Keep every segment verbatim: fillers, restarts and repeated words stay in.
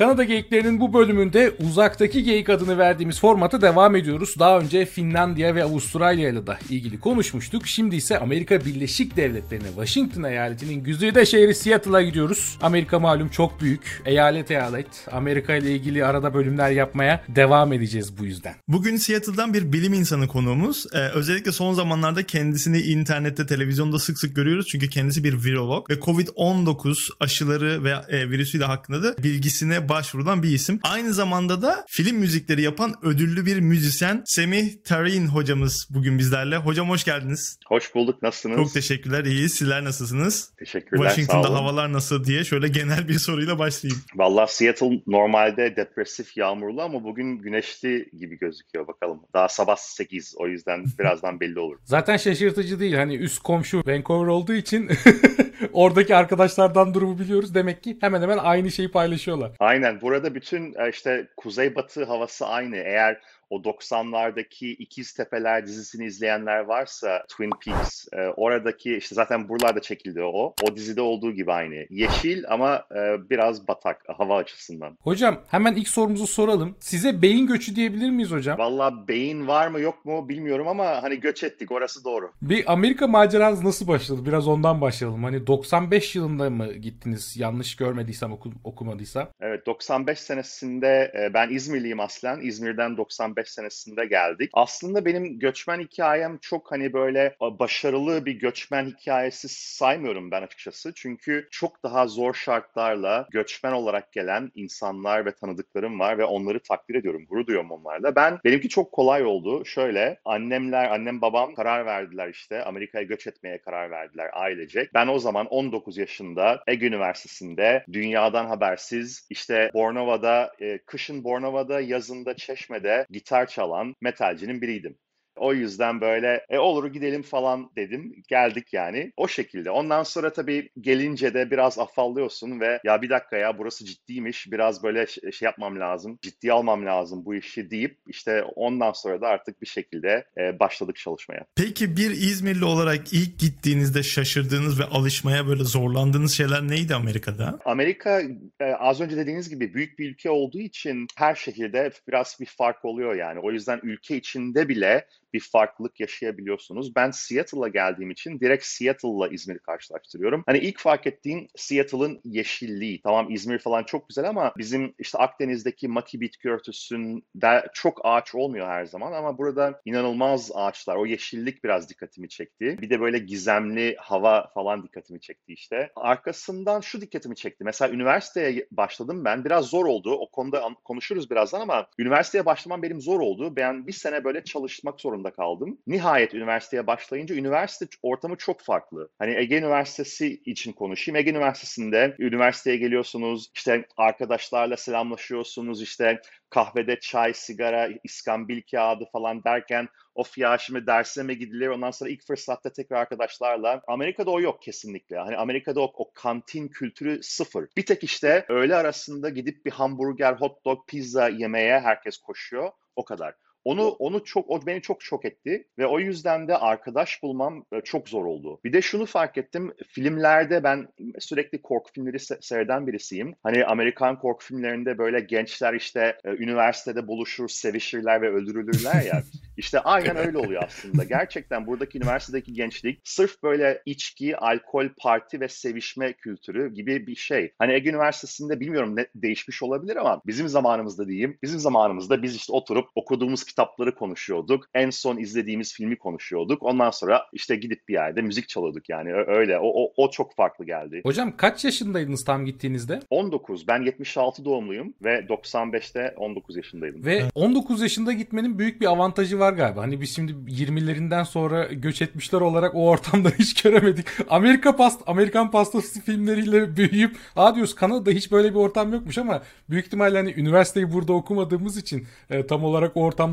Kanada Geyiklerinin bu bölümünde uzaktaki geyik adını verdiğimiz formata devam ediyoruz. Daha önce Finlandiya ve Avustralya ile de ilgili konuşmuştuk. Şimdi ise Amerika Birleşik Devletleri'ne, Washington eyaletinin güzide şehri Seattle'a gidiyoruz. Amerika malum çok büyük. Eyalet eyalet. Amerika ile ilgili arada bölümler yapmaya devam edeceğiz bu yüzden. Bugün Seattle'dan bir bilim insanı konuğumuz. Ee, özellikle son zamanlarda kendisini internette, televizyonda sık sık görüyoruz. Çünkü kendisi bir virolog ve kovid on dokuz aşıları ve e, virüsüyle hakkında da bilgisine başvurulan bir isim. Aynı zamanda da film müzikleri yapan ödüllü bir müzisyen Semih Tarin hocamız bugün bizlerle. Hocam hoş geldiniz. Hoş bulduk. Nasılsınız? Çok teşekkürler. İyiyiz. Sizler nasılsınız? Teşekkürler. Washington'da sağ olun. Havalar nasıl diye şöyle genel bir soruyla başlayayım. Vallahi Seattle normalde depresif, yağmurlu ama bugün güneşli gibi gözüküyor. Bakalım. Daha sabah sekiz. O yüzden birazdan belli olur. Zaten şaşırtıcı değil. Hani üst komşu Vancouver olduğu için oradaki arkadaşlardan durumu biliyoruz. Demek ki hemen hemen aynı şeyi paylaşıyorlar. Aynen. Burada bütün işte kuzeybatı havası aynı. Eğer o doksanlardaki İkiztepeler dizisini izleyenler varsa Twin Peaks, e, oradaki işte zaten buralarda çekildi o. O dizide olduğu gibi aynı. Yeşil ama e, biraz batak hava açısından. Hocam hemen ilk sorumuzu soralım. Size beyin göçü diyebilir miyiz hocam? Vallahi beyin var mı yok mu bilmiyorum ama hani göç ettik, orası doğru. Bir Amerika maceranız nasıl başladı? Biraz ondan başlayalım. Hani doksan beş yılında mı gittiniz? Yanlış görmediysem, oku, okumadıysam. Evet, doksan beş senesinde e, ben İzmirliyim aslen. İzmir'den doksan beş senesinde geldik. Aslında benim göçmen hikayem çok hani böyle başarılı bir göçmen hikayesi saymıyorum ben açıkçası. Çünkü çok daha zor şartlarla göçmen olarak gelen insanlar ve tanıdıklarım var ve onları takdir ediyorum, gurur duyuyorum onlarla. Ben benimki çok kolay oldu. Şöyle, annemler, annem babam karar verdiler işte. Amerika'ya göç etmeye karar verdiler ailecek. Ben o zaman on dokuz yaşında Ege Üniversitesi'nde dünyadan habersiz işte Bornova'da, e, kışın Bornova'da, yazında Çeşme'de gitar çalan metalcinin biriydim. O yüzden böyle e, olur gidelim falan dedim. Geldik yani. O şekilde. Ondan sonra tabii gelince de biraz afallıyorsun ve ya bir dakika ya burası ciddiymiş. Biraz böyle şey yapmam lazım. Ciddiye almam lazım bu işi deyip işte ondan sonra da artık bir şekilde e, başladık çalışmaya. Peki bir İzmirli olarak ilk gittiğinizde şaşırdığınız ve alışmaya böyle zorlandığınız şeyler neydi Amerika'da? Amerika e, az önce dediğiniz gibi büyük bir ülke olduğu için her şehirde biraz bir fark oluyor yani. O yüzden ülke içinde bile bir farklılık yaşayabiliyorsunuz. Ben Seattle'a geldiğim için direkt Seattle'la İzmir'i karşılaştırıyorum. Hani ilk fark ettiğim Seattle'ın yeşilliği. Tamam İzmir falan çok güzel ama bizim işte Akdeniz'deki maki bitki örtüsünde çok ağaç olmuyor her zaman ama burada inanılmaz ağaçlar. O yeşillik biraz dikkatimi çekti. Bir de böyle gizemli hava falan dikkatimi çekti işte. Arkasından şu dikkatimi çekti. Mesela üniversiteye başladım ben. Biraz zor oldu. O konuda konuşuruz birazdan ama üniversiteye başlamam benim zor oldu. Ben bir sene böyle çalışmak zorunda kaldım. Nihayet üniversiteye başlayınca üniversite ortamı çok farklı. Hani Ege Üniversitesi için konuşayım. Ege Üniversitesi'nde üniversiteye geliyorsunuz, işte arkadaşlarla selamlaşıyorsunuz, işte kahvede çay, sigara, iskambil kağıdı falan derken of ya şimdi derse mi gidilir, ondan sonra ilk fırsatta tekrar arkadaşlarla. Amerika'da o yok kesinlikle. Hani Amerika'da o, o kantin kültürü sıfır. Bir tek işte öğle arasında gidip bir hamburger, hot dog, pizza yemeye herkes koşuyor. O kadar. Onu onu çok o beni çok şok etti ve o yüzden de arkadaş bulmam çok zor oldu. Bir de şunu fark ettim. Filmlerde ben sürekli korku filmleri se- seyreden birisiyim. Hani Amerikan korku filmlerinde böyle gençler işte e, üniversitede buluşur, sevişirler ve öldürülürler ya. İşte aynen öyle oluyor aslında. Gerçekten buradaki üniversitedeki gençlik sırf böyle içki, alkol, parti ve sevişme kültürü gibi bir şey. Hani Ege Üniversitesi'nde bilmiyorum ne değişmiş olabilir ama bizim zamanımızda diyeyim. Bizim zamanımızda biz işte oturup okuduğumuz kitapları konuşuyorduk. En son izlediğimiz filmi konuşuyorduk. Ondan sonra işte gidip bir yerde müzik çalıyorduk yani. Öyle. O, o, o çok farklı geldi. Hocam kaç yaşındaydınız tam gittiğinizde? on dokuz. Ben yetmiş altı doğumluyum ve doksan beşte on dokuz yaşındaydım. Ve on dokuz yaşında gitmenin büyük bir avantajı var galiba. Hani biz şimdi yirmilerinden sonra göç etmişler olarak o ortamda hiç göremedik. Amerika past Amerikan pastası filmleriyle büyüyüp aa diyoruz Kanada'da hiç böyle bir ortam yokmuş ama büyük ihtimalle hani üniversiteyi burada okumadığımız için e, tam olarak o ortamları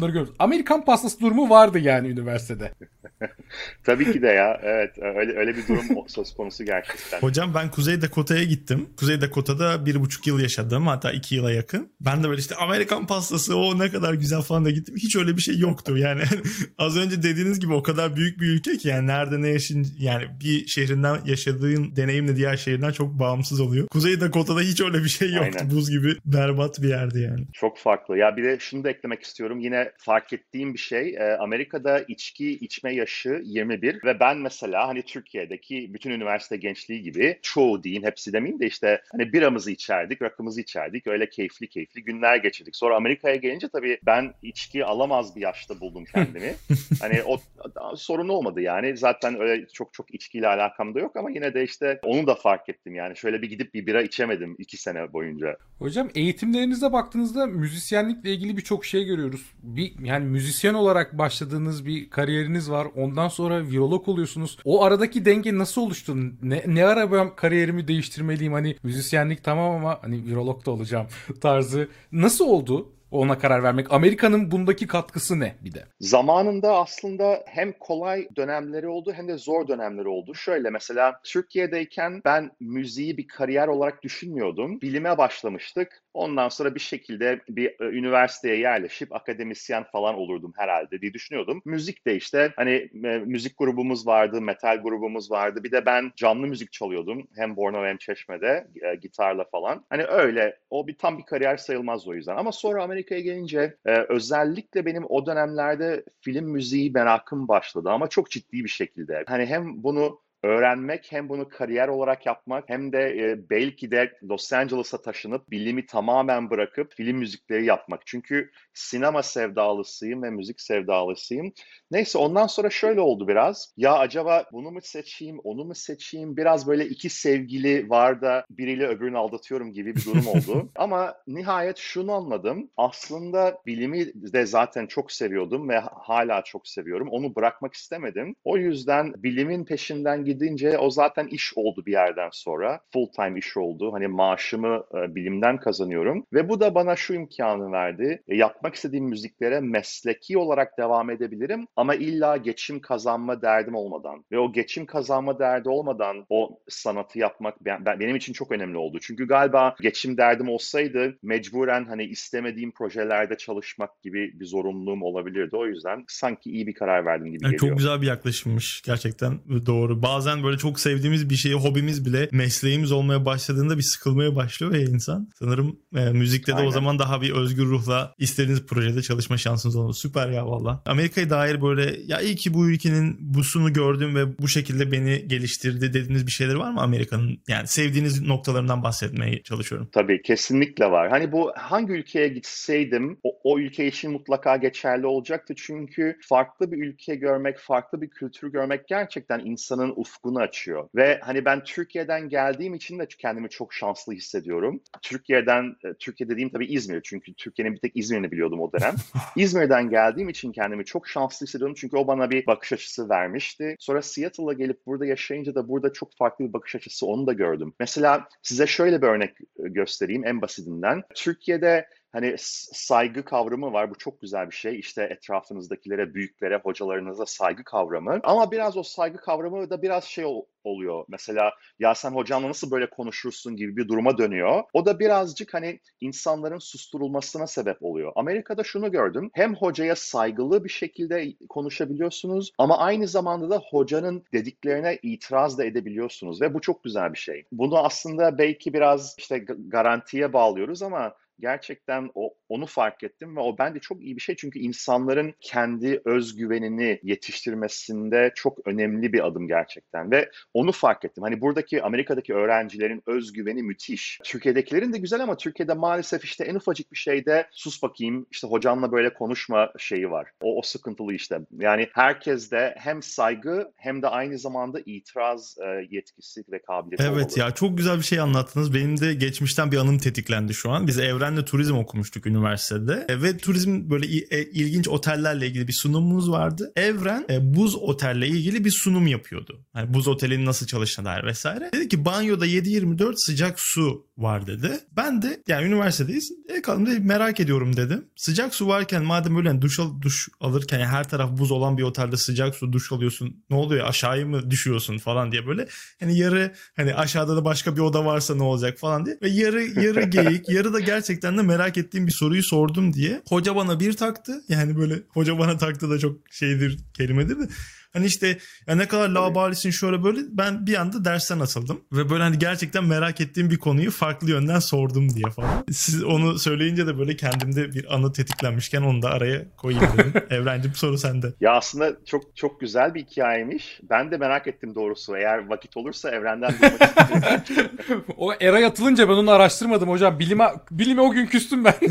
onları görüyoruz. Amerikan pastası durumu vardı yani üniversitede. Tabii ki de ya. Evet, öyle öyle bir durum söz konusu gerçekten. Hocam ben Kuzey Dakota'ya gittim. Kuzey Dakota'da bir buçuk yıl yaşadım. Hatta iki yıla yakın. Ben de böyle işte Amerikan pastası o ne kadar güzel falan da gittim. Hiç öyle bir şey yoktu. Yani az önce dediğiniz gibi o kadar büyük bir ülke ki yani nerede ne yaşın yani bir şehrinden yaşadığın deneyimle diğer şehirden çok bağımsız oluyor. Kuzey Dakota'da hiç öyle bir şey yoktu. Aynen. Buz gibi berbat bir yerdi yani. Çok farklı. Ya bir de şunu da eklemek istiyorum. Yine fark ettiğim bir şey. Amerika'da içki içme yaşı yirmi bir ve ben mesela hani Türkiye'deki bütün üniversite gençliği gibi çoğu diyeyim, hepsi demeyeyim de işte hani biramızı içerdik, rakımızı içerdik. Öyle keyifli keyifli günler geçirdik. Sonra Amerika'ya gelince tabii ben içki alamaz bir yaşta buldum kendimi. Hani o sorun olmadı yani. Zaten öyle çok çok içkiyle alakam da yok ama yine de işte onu da fark ettim yani. Şöyle bir gidip bir bira içemedim iki sene boyunca. Hocam eğitimlerinize baktığınızda müzisyenlikle ilgili birçok şey görüyoruz. Bir yani müzisyen olarak başladığınız bir kariyeriniz var. Ondan sonra virolog oluyorsunuz. O aradaki denge nasıl oluştu? Ne, ne ara ben kariyerimi değiştirmeliyim? Hani müzisyenlik tamam ama hani virolog da olacağım tarzı. Nasıl oldu? Ona karar vermek. Amerika'nın bundaki katkısı ne bir de? Zamanında aslında hem kolay dönemleri oldu hem de zor dönemleri oldu. Şöyle mesela Türkiye'deyken ben müziği bir kariyer olarak düşünmüyordum. Bilime başlamıştık. Ondan sonra bir şekilde bir e, üniversiteye yerleşip akademisyen falan olurdum herhalde diye düşünüyordum. Müzik de işte hani e, müzik grubumuz vardı, metal grubumuz vardı. Bir de ben canlı müzik çalıyordum. Hem Bornova hem Çeşme'de e, gitarla falan. Hani öyle o bir tam bir kariyer sayılmaz o yüzden. Ama sonra Amerika'ya gelince e, özellikle benim o dönemlerde film müziği merakım başladı ama çok ciddi bir şekilde. Hani hem bunu öğrenmek hem bunu kariyer olarak yapmak hem de e, belki de Los Angeles'a taşınıp bilimi tamamen bırakıp film müzikleri yapmak. Çünkü sinema sevdalısıyım ve müzik sevdalısıyım. Neyse ondan sonra şöyle oldu biraz. Ya acaba bunu mu seçeyim, onu mu seçeyim? Biraz böyle iki sevgili var da biriyle öbürünü aldatıyorum gibi bir durum oldu. Ama nihayet şunu anladım. Aslında bilimi de zaten çok seviyordum ve hala çok seviyorum. Onu bırakmak istemedim. O yüzden bilimin peşinden gidince o zaten iş oldu bir yerden sonra. Full time iş oldu. Hani maaşımı e, bilimden kazanıyorum. Ve bu da bana şu imkanı verdi. E, yapmak istediğim müziklere mesleki olarak devam edebilirim. Ama illa geçim kazanma derdim olmadan. Ve o geçim kazanma derdi olmadan o sanatı yapmak ben, ben, benim için çok önemli oldu. Çünkü galiba geçim derdim olsaydı mecburen hani istemediğim projelerde çalışmak gibi bir zorunluluğum olabilirdi. O yüzden sanki iyi bir karar verdim gibi yani geliyor. Çok güzel bir yaklaşımmış. Gerçekten doğru. Bazen böyle çok sevdiğimiz bir şeyi, hobimiz bile mesleğimiz olmaya başladığında bir sıkılmaya başlıyor ya insan. Sanırım e, müzikte de Aynen. o zaman daha bir özgür ruhla istediğiniz projede çalışma şansınız olur. Süper ya valla. Amerika'ya dair böyle ya iyi ki bu ülkenin busunu gördüm ve bu şekilde beni geliştirdi dediğiniz bir şeyler var mı Amerika'nın? Yani sevdiğiniz noktalarından bahsetmeye çalışıyorum. Tabii kesinlikle var. Hani bu hangi ülkeye gitseydim o, o ülke için mutlaka geçerli olacaktı. Çünkü farklı bir ülke görmek, farklı bir kültür görmek gerçekten insanın ufkunu açıyor. Ve hani ben Türkiye'den geldiğim için de kendimi çok şanslı hissediyorum. Türkiye'den, Türkiye dediğim tabii İzmir. Çünkü Türkiye'nin bir tek İzmir'ini biliyordum o dönem. İzmir'den geldiğim için kendimi çok şanslı hissediyorum. Çünkü o bana bir bakış açısı vermişti. Sonra Seattle'a gelip burada yaşayınca da burada çok farklı bir bakış açısı onu da gördüm. Mesela size şöyle bir örnek göstereyim en basitinden. Türkiye'de hani saygı kavramı var. Bu çok güzel bir şey. İşte etrafınızdakilere, büyüklere, hocalarınıza saygı kavramı. Ama biraz o saygı kavramı da biraz şey oluyor. Mesela ya sen hocanla nasıl böyle konuşursun gibi bir duruma dönüyor. O da birazcık hani insanların susturulmasına sebep oluyor. Amerika'da şunu gördüm. Hem hocaya saygılı bir şekilde konuşabiliyorsunuz ama aynı zamanda da hocanın dediklerine itiraz da edebiliyorsunuz ve bu çok güzel bir şey. Bunu aslında belki biraz işte garantiye bağlıyoruz ama gerçekten o, onu fark ettim ve o bence çok iyi bir şey çünkü insanların kendi özgüvenini yetiştirmesinde çok önemli bir adım gerçekten ve onu fark ettim. Hani buradaki Amerika'daki öğrencilerin özgüveni müthiş. Türkiye'dekilerin de güzel ama Türkiye'de maalesef işte en ufacık bir şeyde sus bakayım işte hocanla böyle konuşma şeyi var. O, o sıkıntılı işte. Yani herkeste hem saygı hem de aynı zamanda itiraz e, yetkisi ve kabiliyeti Evet olmalı. ya çok güzel bir şey anlattınız. Benim de geçmişten bir anım tetiklendi şu an. Biz Evren ben de turizm okumuştuk üniversitede. E, ve turizm böyle e, ilginç otellerle ilgili bir sunumumuz vardı. Evren e, buz otelle ilgili bir sunum yapıyordu. Yani buz otelinin nasıl çalıştığına dair vesaire. Dedi ki banyoda yedi yirmi dört sıcak su var dedi. Ben de yani üniversitedeyiz. E kaldım da merak ediyorum dedim. Sıcak su varken madem öyle yani duş, al, duş alırken yani her taraf buz olan bir otelde sıcak su duş alıyorsun. Ne oluyor, aşağıya mı düşüyorsun falan diye böyle. Hani yarı hani aşağıda da başka bir oda varsa ne olacak falan diye. Ve yarı yarı geyik yarı da gerçekten de merak ettiğim bir soruyu sordum diye. Hoca bana bir taktı. Yani böyle hoca bana taktı da çok şeydir, kelimedir de. Hani işte ya ne kadar laubalisin şöyle böyle, ben bir anda dersten atıldım. Ve böyle hani gerçekten merak ettiğim bir konuyu farklı yönden sordum diye falan. Siz onu söyleyince de böyle kendimde bir anı tetiklenmişken onu da araya koyayım dedim. Evrencim, soru sende. Ya aslında çok çok güzel bir hikayeymiş. Ben de merak ettim doğrusu. Eğer vakit olursa Evren'den duymak istiyorum. O Eray atılınca ben onu araştırmadım hocam. Bilime, bilime o gün küstüm ben.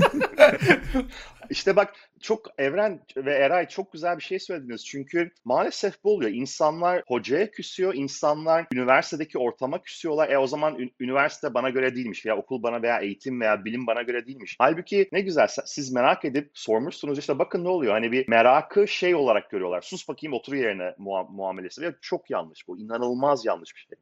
İşte bak, çok Evren ve Eray çok güzel bir şey söylediniz. Çünkü maalesef bu oluyor. İnsanlar hocaya küsüyor, insanlar üniversitedeki ortama küsüyorlar. E o zaman ü- üniversite bana göre değilmiş veya okul bana veya eğitim veya bilim bana göre değilmiş. Halbuki ne güzel, siz merak edip sormuşsunuz, işte bakın ne oluyor. Hani bir merakı şey olarak görüyorlar. Sus bakayım otur yerine mua- muamelesi. Ve çok yanlış bu. İnanılmaz yanlış bir şey.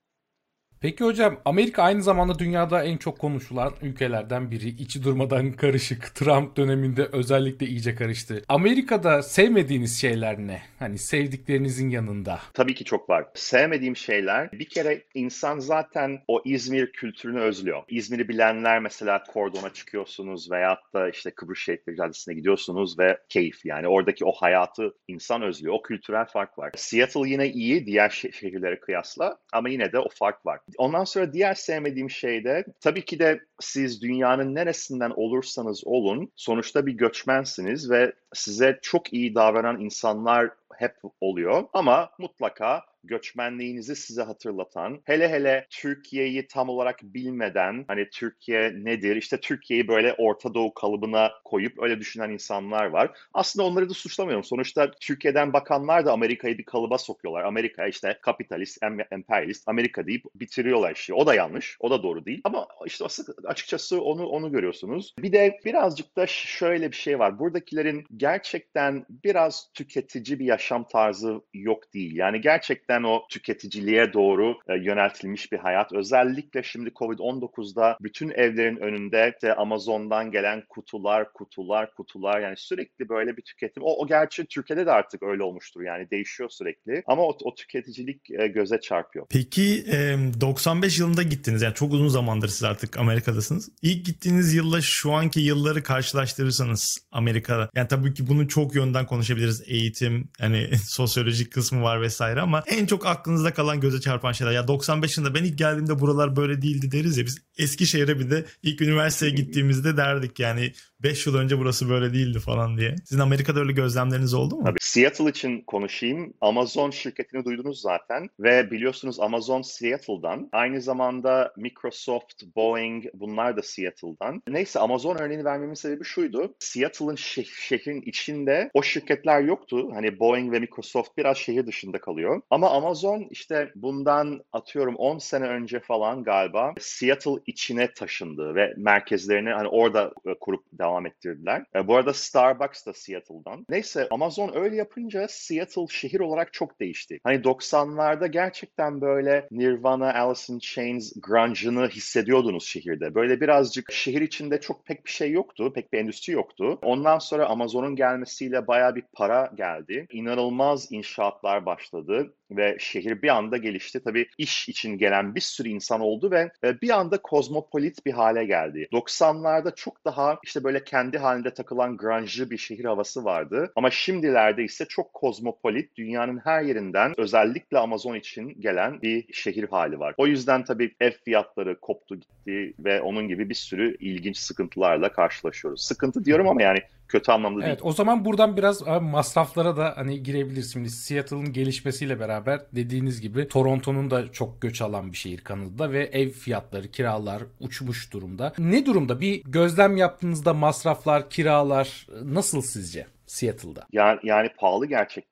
Peki hocam, Amerika aynı zamanda dünyada en çok konuşulan ülkelerden biri. İçi durmadan karışık. Trump döneminde özellikle iyice karıştı. Amerika'da sevmediğiniz şeyler ne? Hani sevdiklerinizin yanında. Tabii ki çok var. Sevmediğim şeyler, bir kere insan zaten o İzmir kültürünü özlüyor. İzmir'i bilenler mesela Kordon'a çıkıyorsunuz veyahut da işte Kıbrıs Şehitleri Caddesi'ne gidiyorsunuz ve keyif, yani oradaki o hayatı insan özlüyor. O kültürel fark var. Seattle yine iyi diğer şe- şehirlere kıyasla ama yine de o fark var. Ondan sonra diğer sevmediğim şey de tabii ki de siz dünyanın neresinden olursanız olun sonuçta bir göçmensiniz ve size çok iyi davranan insanlar hep oluyor ama mutlaka göçmenliğinizi size hatırlatan, hele hele Türkiye'yi tam olarak bilmeden, hani Türkiye nedir, işte Türkiye'yi böyle Orta Doğu kalıbına koyup öyle düşünen insanlar var. Aslında onları da suçlamıyorum. Sonuçta Türkiye'den bakanlar da Amerika'yı bir kalıba sokuyorlar. Amerika işte kapitalist, em- emperyalist, Amerika deyip bitiriyorlar işi. O da yanlış, o da doğru değil. Ama işte açıkçası onu onu görüyorsunuz. Bir de birazcık da şöyle bir şey var. Buradakilerin gerçekten biraz tüketici bir yaşam tarzı yok değil. Yani gerçekten o tüketiciliğe doğru e, yöneltilmiş bir hayat. Özellikle şimdi kovid on dokuzda bütün evlerin önünde işte Amazon'dan gelen kutular, kutular, kutular, yani sürekli böyle bir tüketim. O, o gerçi Türkiye'de de artık öyle olmuştur, yani değişiyor sürekli. Ama o, o tüketicilik e, göze çarpıyor. Peki e, doksan beş yılında gittiniz, yani çok uzun zamandır siz artık Amerika'dasınız. İlk gittiğiniz yılla şu anki yılları karşılaştırırsanız Amerika'da, yani tabii ki bunu çok yönden konuşabiliriz. Eğitim, yani sosyolojik kısmı var vesaire ama en çok aklınızda kalan, göze çarpan şeyler. Ya doksan beş yılında ben ilk geldiğimde buralar böyle değildi deriz ya, biz Eskişehir'e bir de ilk üniversiteye gittiğimizde derdik yani beş yıl önce burası böyle değildi falan diye. Sizin Amerika'da öyle gözlemleriniz oldu mu? Tabii. Seattle için konuşayım. Amazon şirketini duydunuz zaten ve biliyorsunuz Amazon Seattle'dan. Aynı zamanda Microsoft, Boeing, bunlar da Seattle'dan. Neyse, Amazon örneğini vermemin sebebi şuydu. Seattle'ın şeh- şehrin içinde o şirketler yoktu. Hani Boeing ve Microsoft biraz şehir dışında kalıyor. Ama Amazon işte bundan atıyorum on sene önce falan galiba Seattle içine taşındı ve merkezlerini hani orada kurup devam ettirdiler. E, bu arada Starbucks da Seattle'dan. Neyse, Amazon öyle yapınca Seattle şehir olarak çok değişti. Hani doksanlarda gerçekten böyle Nirvana, Alice in Chains, grunge'ını hissediyordunuz şehirde. Böyle birazcık şehir içinde çok pek bir şey yoktu. Pek bir endüstri yoktu. Ondan sonra Amazon'un gelmesiyle bayağı bir para geldi. İnanılmaz inşaatlar başladı ve şehir bir anda gelişti. Tabii iş için gelen bir sürü insan oldu ve bir anda kozmopolit bir hale geldi. doksanlarda çok daha işte böyle kendi halinde takılan grunge'lı bir şehir havası vardı. Ama şimdilerde ise çok kozmopolit, dünyanın her yerinden özellikle Amazon için gelen bir şehir hali var. O yüzden tabii ev fiyatları koptu gitti ve onun gibi bir sürü ilginç sıkıntılarla karşılaşıyoruz. Sıkıntı diyorum ama yani kötü anlamda değil. Evet, o zaman buradan biraz masraflara da hani girebiliriz. Şimdi Seattle'ın gelişmesiyle beraber dediğiniz gibi Toronto'nun da çok göç alan bir şehir Kanada'da ve ev fiyatları, kiralar uçmuş durumda. Ne durumda? Bir gözlem yaptığınızda masraflar, kiralar nasıl sizce Seattle'da? Yani, yani pahalı gerçekten.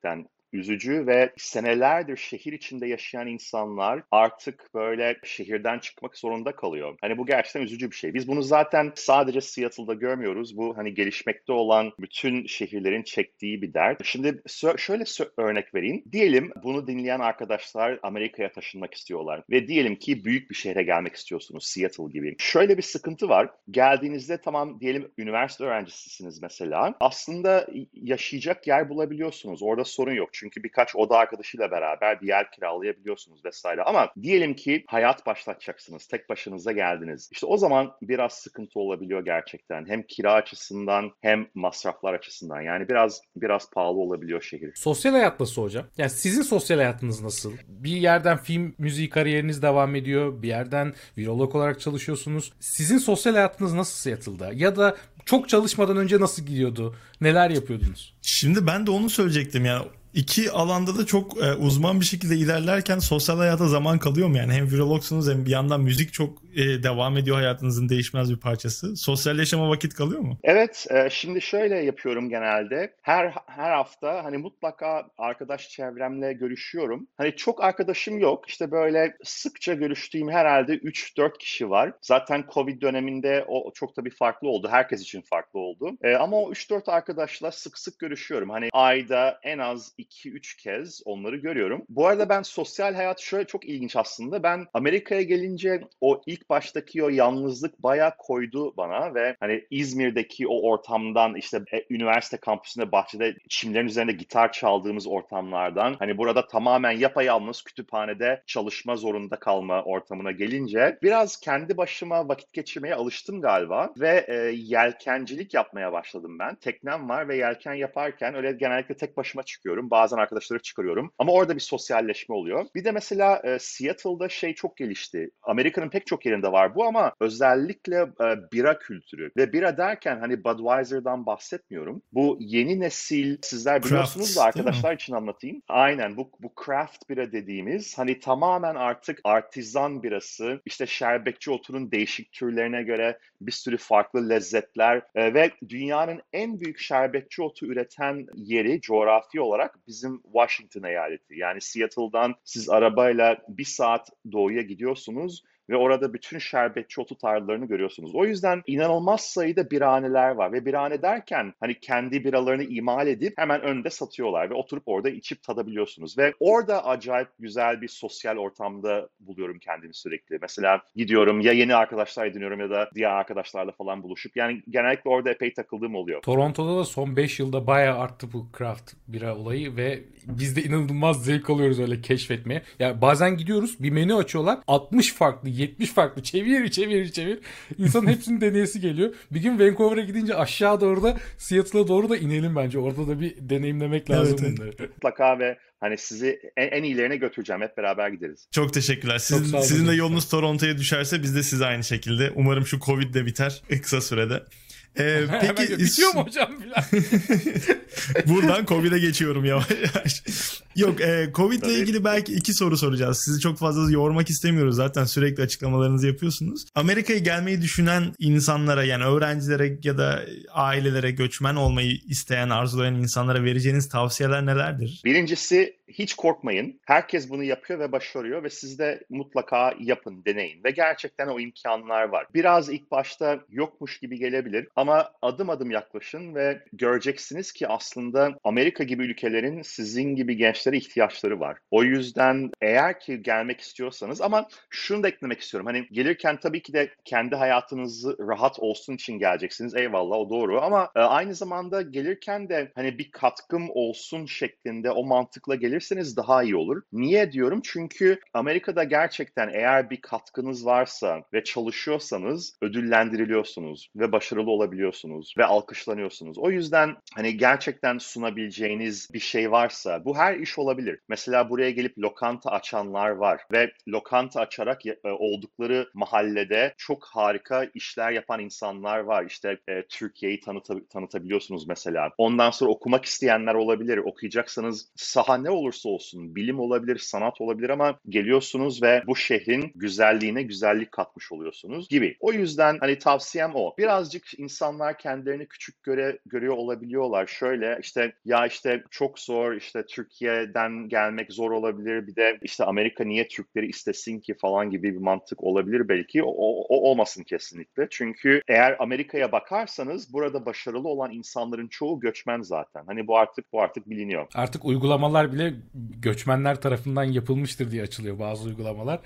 üzücü ve senelerdir şehir içinde yaşayan insanlar artık böyle şehirden çıkmak zorunda kalıyor. Hani bu gerçekten üzücü bir şey. Biz bunu zaten sadece Seattle'da görmüyoruz. Bu hani gelişmekte olan bütün şehirlerin çektiği bir dert. Şimdi sö- şöyle sö- örnek vereyim. Diyelim bunu dinleyen arkadaşlar Amerika'ya taşınmak istiyorlar ve diyelim ki büyük bir şehre gelmek istiyorsunuz, Seattle gibi. Şöyle bir sıkıntı var. Geldiğinizde tamam diyelim üniversite öğrencisisiniz mesela. Aslında yaşayacak yer bulabiliyorsunuz. Orada sorun yok. Çünkü birkaç oda arkadaşıyla beraber bir yer kiralayabiliyorsunuz vesaire. Ama diyelim ki hayat başlatacaksınız. Tek başınıza geldiniz. İşte o zaman biraz sıkıntı olabiliyor gerçekten. Hem kira açısından hem masraflar açısından. Yani biraz biraz pahalı olabiliyor şehir. Sosyal hayat nasıl hocam? Yani sizin sosyal hayatınız nasıl? Bir yerden film, müziği kariyeriniz devam ediyor. Bir yerden virolog olarak çalışıyorsunuz. Sizin sosyal hayatınız nasıl Seattle'da? Ya da çok çalışmadan önce nasıl gidiyordu? Neler yapıyordunuz? Şimdi ben de onu söyleyecektim yani. İki alanda da çok e, uzman bir şekilde ilerlerken sosyal hayata zaman kalıyor mu yani? Hem virologsunuz hem bir yandan müzik çok e, devam ediyor, hayatınızın değişmez bir parçası. Sosyal yaşama vakit kalıyor mu? Evet, e, şimdi şöyle yapıyorum genelde. Her her hafta hani mutlaka arkadaş çevremle görüşüyorum. Hani çok arkadaşım yok. İşte böyle sıkça görüştüğüm herhalde üç dört kişi var. Zaten Covid döneminde o çok da bir farklı oldu. Herkes için farklı oldu. E, ama o üç dört arkadaşla sık sık görüşüyorum. Hani ayda en az iki üç kez onları görüyorum. Bu arada ben sosyal hayat şöyle çok ilginç aslında. Ben Amerika'ya gelince o ilk baştaki o yalnızlık bayağı koydu bana ve hani İzmir'deki o ortamdan işte e, üniversite kampüsünde bahçede çimlerin üzerinde gitar çaldığımız ortamlardan hani burada tamamen yapayalnız kütüphanede çalışma zorunda kalma ortamına gelince biraz kendi başıma vakit geçirmeye alıştım galiba ve e, yelkencilik yapmaya başladım ben. Teknem var ve yelken yaparken öyle genellikle tek başıma çıkıyorum. Bazen arkadaşları çıkarıyorum. Ama orada bir sosyalleşme oluyor. Bir de mesela e, Seattle'da şey çok gelişti. Amerika'nın pek çok yerinde var bu ama özellikle e, bira kültürü. Ve bira derken hani Budweiser'dan bahsetmiyorum. Bu yeni nesil, sizler biliyorsunuz Craft, da arkadaşlar için anlatayım. Aynen bu, bu craft bira dediğimiz hani tamamen artık artizan birası, işte şerbetçi otunun değişik türlerine göre bir sürü farklı lezzetler e, ve dünyanın en büyük şerbetçi otu üreten yeri coğrafi olarak bizim Washington eyaleti. Yani Seattle'dan siz arabayla bir saat doğuya gidiyorsunuz ve orada bütün şerbetçi otu tarlalarını görüyorsunuz. O yüzden inanılmaz sayıda birahaneler var ve birahane derken hani kendi biralarını imal edip hemen önde satıyorlar ve oturup orada içip tadabiliyorsunuz. Ve orada acayip güzel bir sosyal ortamda buluyorum kendimi sürekli. Mesela gidiyorum ya yeni arkadaşlar ediniyorum ya da diğer arkadaşlarla falan buluşup yani genellikle orada epey takıldığım oluyor. Toronto'da da son beş yılda bayağı arttı bu craft bira olayı ve biz de inanılmaz zevk alıyoruz öyle keşfetmeye. Yani bazen gidiyoruz bir menü açıyorlar altmış farklı yetmiş farklı çevir çevir çevir. İnsanın hepsinin deneyesi geliyor. Bir gün Vancouver'a gidince aşağı doğru da Seattle'a doğru da inelim bence. Orada da bir deneyimlemek lazım Evet, bunları. Mutlaka ve hani sizi en, en iyilerine götüreceğim. Hep beraber gideriz. Çok teşekkürler. Sizin, Çok sağ olun. sizin de yolunuz Toronto'ya düşerse biz de siz aynı şekilde. Umarım şu Covid de biter kısa sürede. Ee, Hemen peki bitiyor mu hocam filan? Buradan Covid'e geçiyorum yavaş yavaş. Yok, e, Covid ile ilgili belki iki soru soracağız. Sizi çok fazla yormak istemiyoruz. Zaten sürekli açıklamalarınızı yapıyorsunuz. Amerika'ya gelmeyi düşünen insanlara yani öğrencilere ya da ailelere göçmen olmayı isteyen, arzulayan insanlara vereceğiniz tavsiyeler nelerdir? Birincisi hiç korkmayın. Herkes bunu yapıyor ve başarıyor ve siz de mutlaka yapın, deneyin. Ve gerçekten o imkanlar var. Biraz ilk başta yokmuş gibi gelebilir ama adım adım yaklaşın ve göreceksiniz ki aslında Amerika gibi ülkelerin sizin gibi gençlere ihtiyaçları var. O yüzden eğer ki gelmek istiyorsanız ama şunu da eklemek istiyorum. Hani gelirken tabii ki de kendi hayatınızı rahat olsun için geleceksiniz. Eyvallah o doğru ama e, aynı zamanda gelirken de hani bir katkım olsun şeklinde o mantıkla gelirseniz daha iyi olur. Niye diyorum? Çünkü Amerika'da gerçekten eğer bir katkınız varsa ve çalışıyorsanız ödüllendiriliyorsunuz ve başarılı olabiliyorsunuz ve alkışlanıyorsunuz. O yüzden hani gerçekten sunabileceğiniz bir şey varsa bu her iş hoş olabilir. Mesela buraya gelip lokanta açanlar var ve lokanta açarak e, oldukları mahallede çok harika işler yapan insanlar var. İşte e, Türkiye'yi tanıta- tanıtabiliyorsunuz mesela. Ondan sonra okumak isteyenler olabilir. Okuyacaksanız saha ne olursa olsun, bilim olabilir, sanat olabilir ama geliyorsunuz ve bu şehrin güzelliğine güzellik katmış oluyorsunuz gibi. O yüzden hani tavsiyem o. Birazcık insanlar kendilerini küçük göre, görüyor olabiliyorlar. Şöyle işte ya işte çok zor, işte Türkiye'den gelmek zor olabilir. Bir de işte Amerika niye Türkleri istesin ki falan gibi bir mantık olabilir belki. O, o, o olmasın kesinlikle. Çünkü eğer Amerika'ya bakarsanız burada başarılı olan insanların çoğu göçmen zaten. Hani bu artık bu artık biliniyor. Artık uygulamalar bile göçmenler tarafından yapılmıştır diye açılıyor bazı uygulamalar.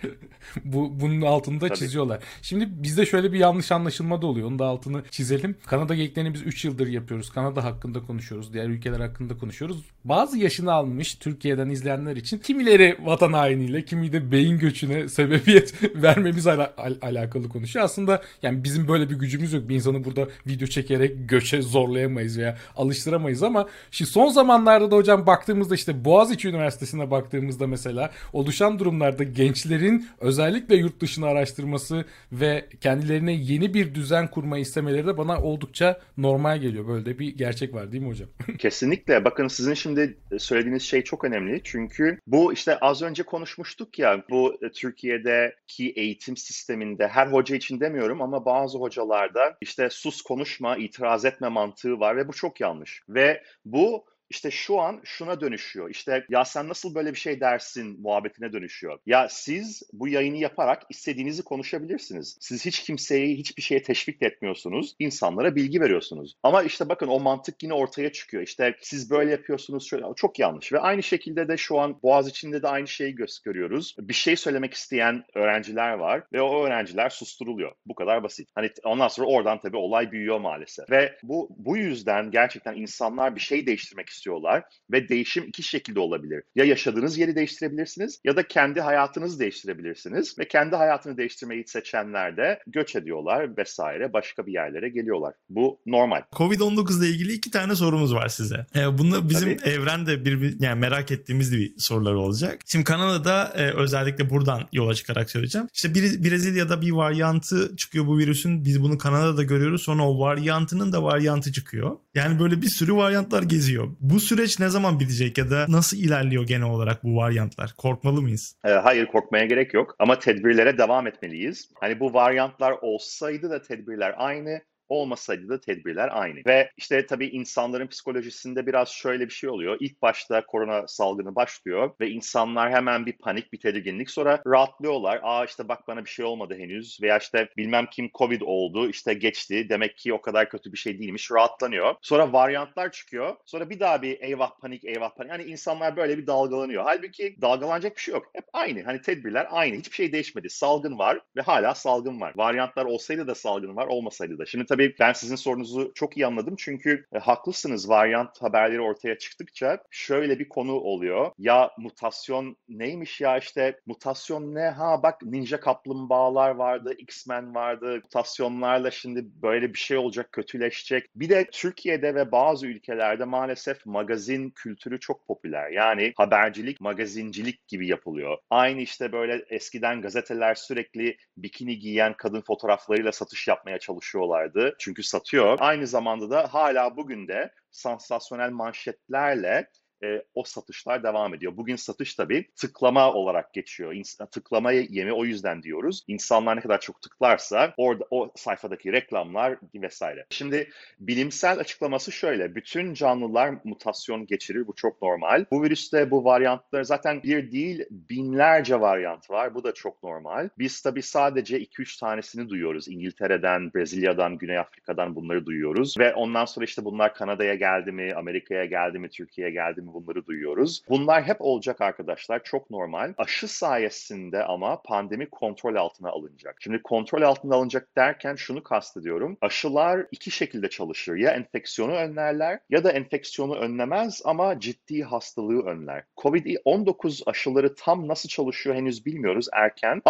Bu bunun altını da Tabii. çiziyorlar. Şimdi bizde şöyle bir yanlış anlaşılma da oluyor. Onun da altını çizelim. Kanada geyiklerini biz üç yıldır yapıyoruz. Kanada hakkında konuşuyoruz. Diğer ülkeler hakkında konuşuyoruz. Bazı yaşını almış Türkiye'den izleyenler için kimileri vatan hainiyle, kimi de beyin göçüne sebebiyet vermemiz ala- al- alakalı konuşuyor. Aslında yani bizim böyle bir gücümüz yok. Bir insanı burada video çekerek göçe zorlayamayız veya alıştıramayız ama şimdi son zamanlarda da hocam baktığımızda işte Boğaziçi Üniversitesi'ne baktığımızda mesela oluşan durumlarda gençlerin özellikle yurt dışını araştırması ve kendilerine yeni bir düzen kurmayı istemeleri de bana oldukça normal geliyor. Böyle de bir gerçek var değil mi hocam? Kesinlikle. Bakın sizin şimdi söylediğiniz şey çok önemli. Çünkü bu işte az önce konuşmuştuk ya, bu Türkiye'deki eğitim sisteminde her hoca için demiyorum ama bazı hocalarda işte sus konuşma, itiraz etme mantığı var ve bu çok yanlış. Ve bu İşte şu an şuna dönüşüyor. İşte ya sen nasıl böyle bir şey dersin muhabbetine dönüşüyor. Ya siz bu yayını yaparak istediğinizi konuşabilirsiniz. Siz hiç kimseyi hiçbir şeye teşvik etmiyorsunuz. İnsanlara bilgi veriyorsunuz. Ama işte bakın o mantık yine ortaya çıkıyor. İşte siz böyle yapıyorsunuz şöyle. Çok yanlış. Ve aynı şekilde de şu an Boğaziçi'nde de aynı şeyi görüyoruz. Bir şey söylemek isteyen öğrenciler var ve o öğrenciler susturuluyor. Bu kadar basit. Hani ondan sonra oradan tabii olay büyüyor maalesef. Ve bu bu yüzden gerçekten insanlar bir şey değiştirmek istiyor. istiyorlar ve değişim iki şekilde olabilir. Ya yaşadığınız yeri değiştirebilirsiniz ya da kendi hayatınızı değiştirebilirsiniz ve kendi hayatını değiştirmeyi seçenler de göç ediyorlar vesaire, başka bir yerlere geliyorlar. Bu normal. covid on dokuz ile ilgili iki tane sorumuz var size. Ee, bunlar bizim Tabii. evrende bir, yani merak ettiğimiz bir sorular olacak. Şimdi Kanada'da e, özellikle buradan yola çıkarak söyleyeceğim. İşte bir, Brezilya'da bir varyantı çıkıyor bu virüsün. Biz bunu Kanada'da görüyoruz. Sonra o varyantının da varyantı çıkıyor. Yani böyle bir sürü varyantlar geziyor. Bu süreç ne zaman bitecek ya da nasıl ilerliyor genel olarak bu varyantlar? Korkmalı mıyız? E, hayır, korkmaya gerek yok ama tedbirlere devam etmeliyiz. Hani bu varyantlar olsaydı da tedbirler aynı, olmasaydı da tedbirler aynı. Ve işte tabii insanların psikolojisinde biraz şöyle bir şey oluyor. İlk başta korona salgını başlıyor ve insanlar hemen bir panik, bir tedirginlik, sonra rahatlıyorlar. Aa işte bak bana bir şey olmadı henüz veya işte bilmem kim Covid oldu, işte geçti, demek ki o kadar kötü bir şey değilmiş, rahatlanıyor. Sonra varyantlar çıkıyor. Sonra bir daha bir eyvah panik, eyvah panik. Yani insanlar böyle bir dalgalanıyor. Halbuki dalgalanacak bir şey yok. Hep aynı. Hani tedbirler aynı. Hiçbir şey değişmedi. Salgın var ve hala salgın var. Varyantlar olsaydı da salgın var, olmasaydı da. Şimdi tabii ben sizin sorunuzu çok iyi anladım çünkü e, haklısınız, varyant haberleri ortaya çıktıkça şöyle bir konu oluyor. Ya mutasyon neymiş ya, işte mutasyon ne? Ha bak ninja kaplumbağalar vardı, X-Men vardı. Mutasyonlarla şimdi böyle bir şey olacak, kötüleşecek. Bir de Türkiye'de ve bazı ülkelerde maalesef magazin kültürü çok popüler. Yani habercilik, magazincilik gibi yapılıyor. Aynı işte böyle eskiden gazeteler sürekli bikini giyen kadın fotoğraflarıyla satış yapmaya çalışıyorlardı. Çünkü satıyor. Aynı zamanda da hala bugün de sansasyonel manşetlerle e, o satışlar devam ediyor. Bugün satış tabii tıklama olarak geçiyor. İns- tıklama yemi o yüzden diyoruz. İnsanlar ne kadar çok tıklarsa orada o sayfadaki reklamlar vesaire. Şimdi bilimsel açıklaması şöyle. Bütün canlılar mutasyon geçirir. Bu çok normal. Bu virüste bu varyantlar zaten bir değil binlerce varyant var. Bu da çok normal. Biz tabii sadece iki üç tanesini duyuyoruz. İngiltere'den, Brezilya'dan, Güney Afrika'dan bunları duyuyoruz. Ve ondan sonra işte bunlar Kanada'ya geldi mi, Amerika'ya geldi mi, Türkiye'ye geldi mi bunları duyuyoruz. Bunlar hep olacak arkadaşlar. Çok normal. Aşı sayesinde ama pandemi kontrol altına alınacak. Şimdi kontrol altına alınacak derken şunu kastediyorum. Aşılar iki şekilde çalışır. Ya enfeksiyonu önlerler ya da enfeksiyonu önlemez ama ciddi hastalığı önler. covid on dokuz aşıları tam nasıl çalışıyor henüz bilmiyoruz, erken, ama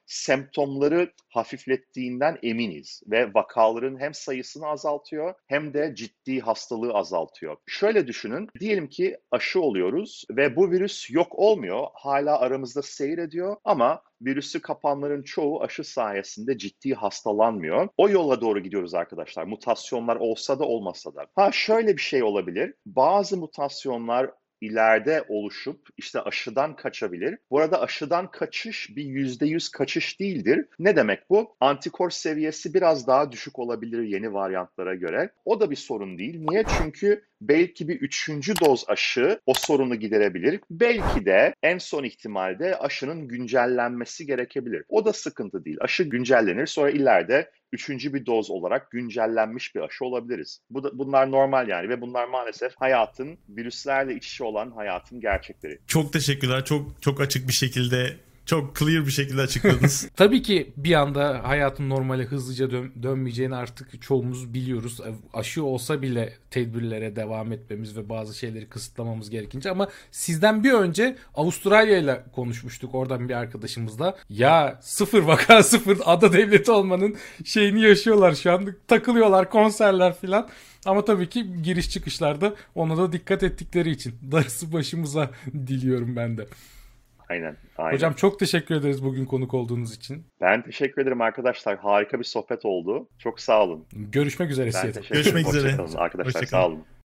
semptomları hafiflettiğinden eminiz ve vakaların hem sayısını azaltıyor hem de ciddi hastalığı azaltıyor. Şöyle düşünün, diyelim ki aşı oluyoruz ve bu virüs yok olmuyor, hala aramızda seyrediyor ama virüsü kapanların çoğu aşı sayesinde ciddi hastalanmıyor. O yola doğru gidiyoruz arkadaşlar. Mutasyonlar olsa da olmasa da. Ha şöyle bir şey olabilir. Bazı mutasyonlar ileride oluşup işte aşıdan kaçabilir. Bu arada aşıdan kaçış bir yüzde yüz kaçış değildir. Ne demek bu? Antikor seviyesi biraz daha düşük olabilir yeni varyantlara göre. O da bir sorun değil. Niye? Çünkü belki bir üçüncü doz aşı o sorunu giderebilir. Belki de en son ihtimalde aşının güncellenmesi gerekebilir. O da sıkıntı değil. Aşı güncellenir, sonra ileride üçüncü bir doz olarak güncellenmiş bir aşı olabiliriz. Bu da, bunlar normal yani ve bunlar maalesef hayatın, virüslerle iç içe olan hayatın gerçekleri. Çok teşekkürler. Çok çok açık bir şekilde, çok clear bir şekilde açıkladınız. Tabii ki bir anda hayatın normale hızlıca dön- dönmeyeceğini artık çoğumuz biliyoruz. Aşı olsa bile tedbirlere devam etmemiz ve bazı şeyleri kısıtlamamız gerekince, ama sizden bir önce Avustralya ile konuşmuştuk oradan bir arkadaşımızla. Ya sıfır vaka, sıfır ada devleti olmanın şeyini yaşıyorlar şu an. Takılıyorlar, konserler filan. Ama tabii ki giriş çıkışlarda ona da dikkat ettikleri için. Darısı başımıza diliyorum ben de. Aynen, aynen. Hocam çok teşekkür ederiz bugün konuk olduğunuz için. Ben teşekkür ederim arkadaşlar. Harika bir sohbet oldu. Çok sağ olun. Görüşmek üzere. Ben teşekkür Görüşmek ederim. üzere. Hoşçakalın arkadaşlar. Hoşçakalın. Sağ olun.